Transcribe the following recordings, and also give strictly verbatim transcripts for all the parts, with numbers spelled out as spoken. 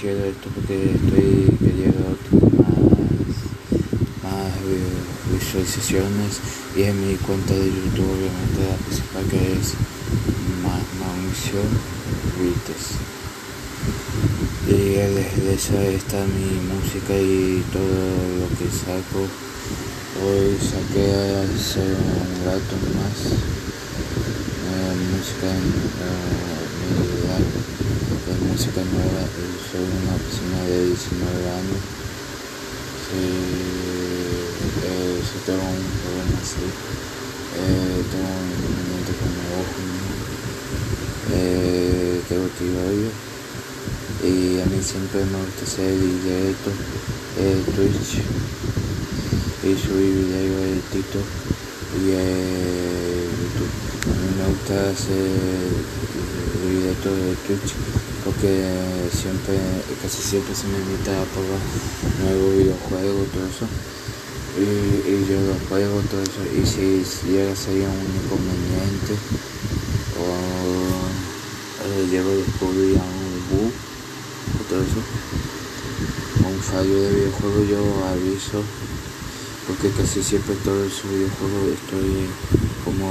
haciendo esto porque estoy queriendo más, más visualizaciones, y en mi cuenta de YouTube obviamente la principal, que es Mauricio Vites, y desde esa está mi música y todo lo que saco. Hoy saqué hace un rato más eh, música en eh, mi edad, es música nueva. Soy una persona de diecinueve años. Si, eh, si tengo un problema así, eh, tengo un inconveniente con mi ojo, eh, tengo tiroides, y a mí siempre me gusta hacer directo, eh, Twitch, y subir videos de TikTok y eh, YouTube. A mí me gusta hacer directo de Twitch porque siempre, casi siempre se me invita a probar nuevos videojuegos, todo eso, y, y yo los juego, todo eso, y si llega a ser un inconveniente o eh, llego a descubrir un bug o todo eso, un fallo de videojuego, yo aviso, porque casi siempre todos esos videojuegos estoy como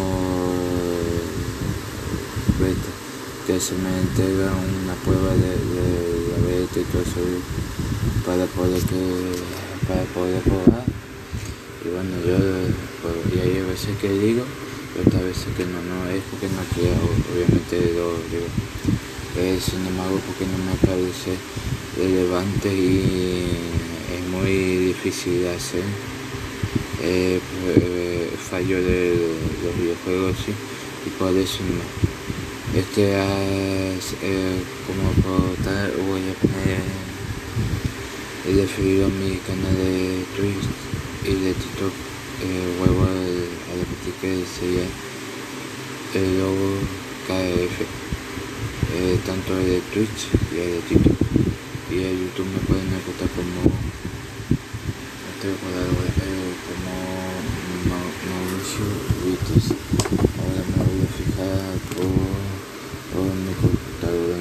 beta, que se me entrega una prueba de, de la beta y todo eso para poder que para poder probar. Y bueno, yo y hay veces que digo y otras veces que no, no es porque no quiero, obviamente lo digo, eh, sin embargo porque no me parece relevante y es muy difícil de hacer. Eh, eh, fallo de, de los videojuegos, sí, y por eso no. Este es eh, como por tal, voy a poner el referido a mi canal de Twitch y de TikTok, eh, vuelvo a, a repetir que sería el logo K F, eh, tanto el de Twitch y el de TikTok, y en YouTube me pueden encontrar como este jugador, eh, como Mauricio Vites. Ahora me voy a fijar por, por mi computadora.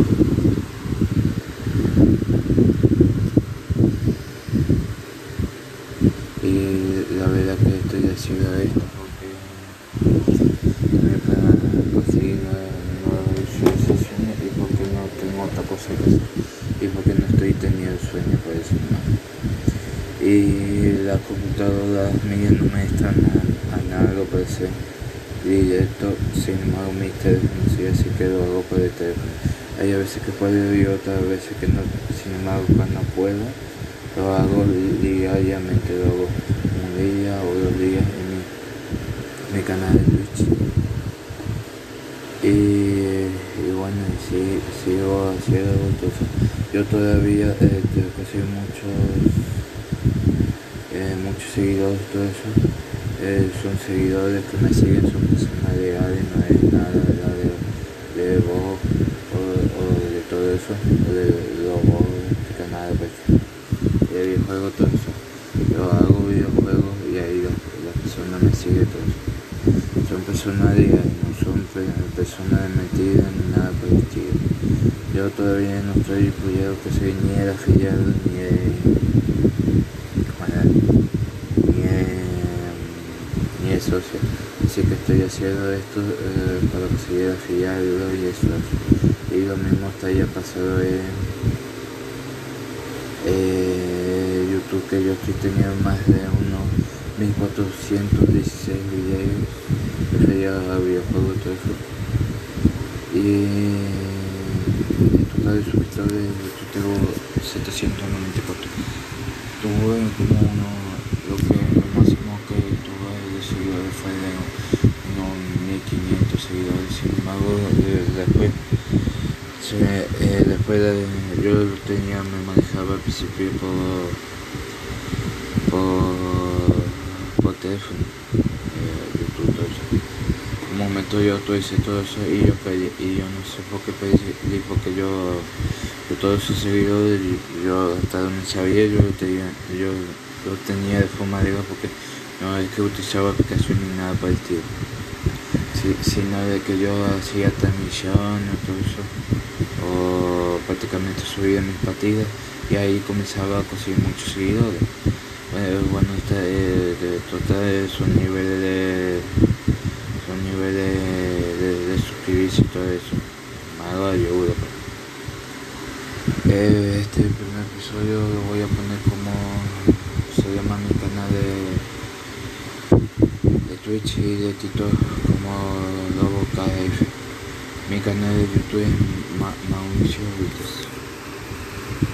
Y la verdad que estoy haciendo esto porque me para conseguir nuevas visualizaciones y porque no tengo otra cosa que hacer y porque no estoy teniendo sueño, por eso no. Y la computadora mía no me está a nada lo para hacer directo, sin embargo mi teléfono sí, así que lo hago por el teléfono. Hay a veces que puedo y otras veces que no, sin embargo cuando puedo lo hago diariamente, lo hago un día o dos días en mi, mi canal de Twitch. Y, y bueno, sí, sigo haciendo entonces. Yo todavía eh, tengo que hacer muchos Eh, muchos seguidores, todo eso, eh, son seguidores que me siguen, son personas reales, no es nada de, de, de vos o, o de todo eso, o de los vos de canal de videojuegos, todo eso. Yo hago videojuegos y ahí las la personas me siguen, todo eso. Son personas reales, no son personas de mentira ni nada por el estilo. Yo todavía no estoy apoyado que soy ni el afiliado ni el ni es socio, así que estoy haciendo esto eh, para conseguir afiliados y eso, y lo mismo está ya pasado en eh, YouTube, que yo estoy teniendo más de unos mil cuatrocientos dieciséis videos referidos a videojuegos, todo eso, y en total de suscriptores yo tengo setecientos noventa y cuatro. Tuve como uno, lo que lo máximo que tuve de seguidores fue de unos mil quinientos seguidores. Sin embargo, eh, después, se, eh, después de, yo lo tenía, me manejaba al principio por, por, por teléfono, eh, YouTube, todo eso. Un momento yo hice todo eso y yo pedí, y yo no sé por qué pedí, porque yo de todos esos seguidores, yo hasta donde sabía, yo lo tenía, yo lo tenía de forma legal, porque no es que utilizaba aplicación ni nada para el estilo. si, sino de que yo hacía transmisiones, todo eso, o prácticamente subía mis partidas y ahí comenzaba a conseguir muchos seguidores. Bueno, bueno está, eh, de, total son niveles de son niveles de, de suscribirse y todo eso. Malo ayuda. Eh, este primer episodio lo voy a poner como se llama mi canal de, de Twitch y de TikTok como Lobo K F. Mi canal de YouTube es Ma Mauricio Vitas.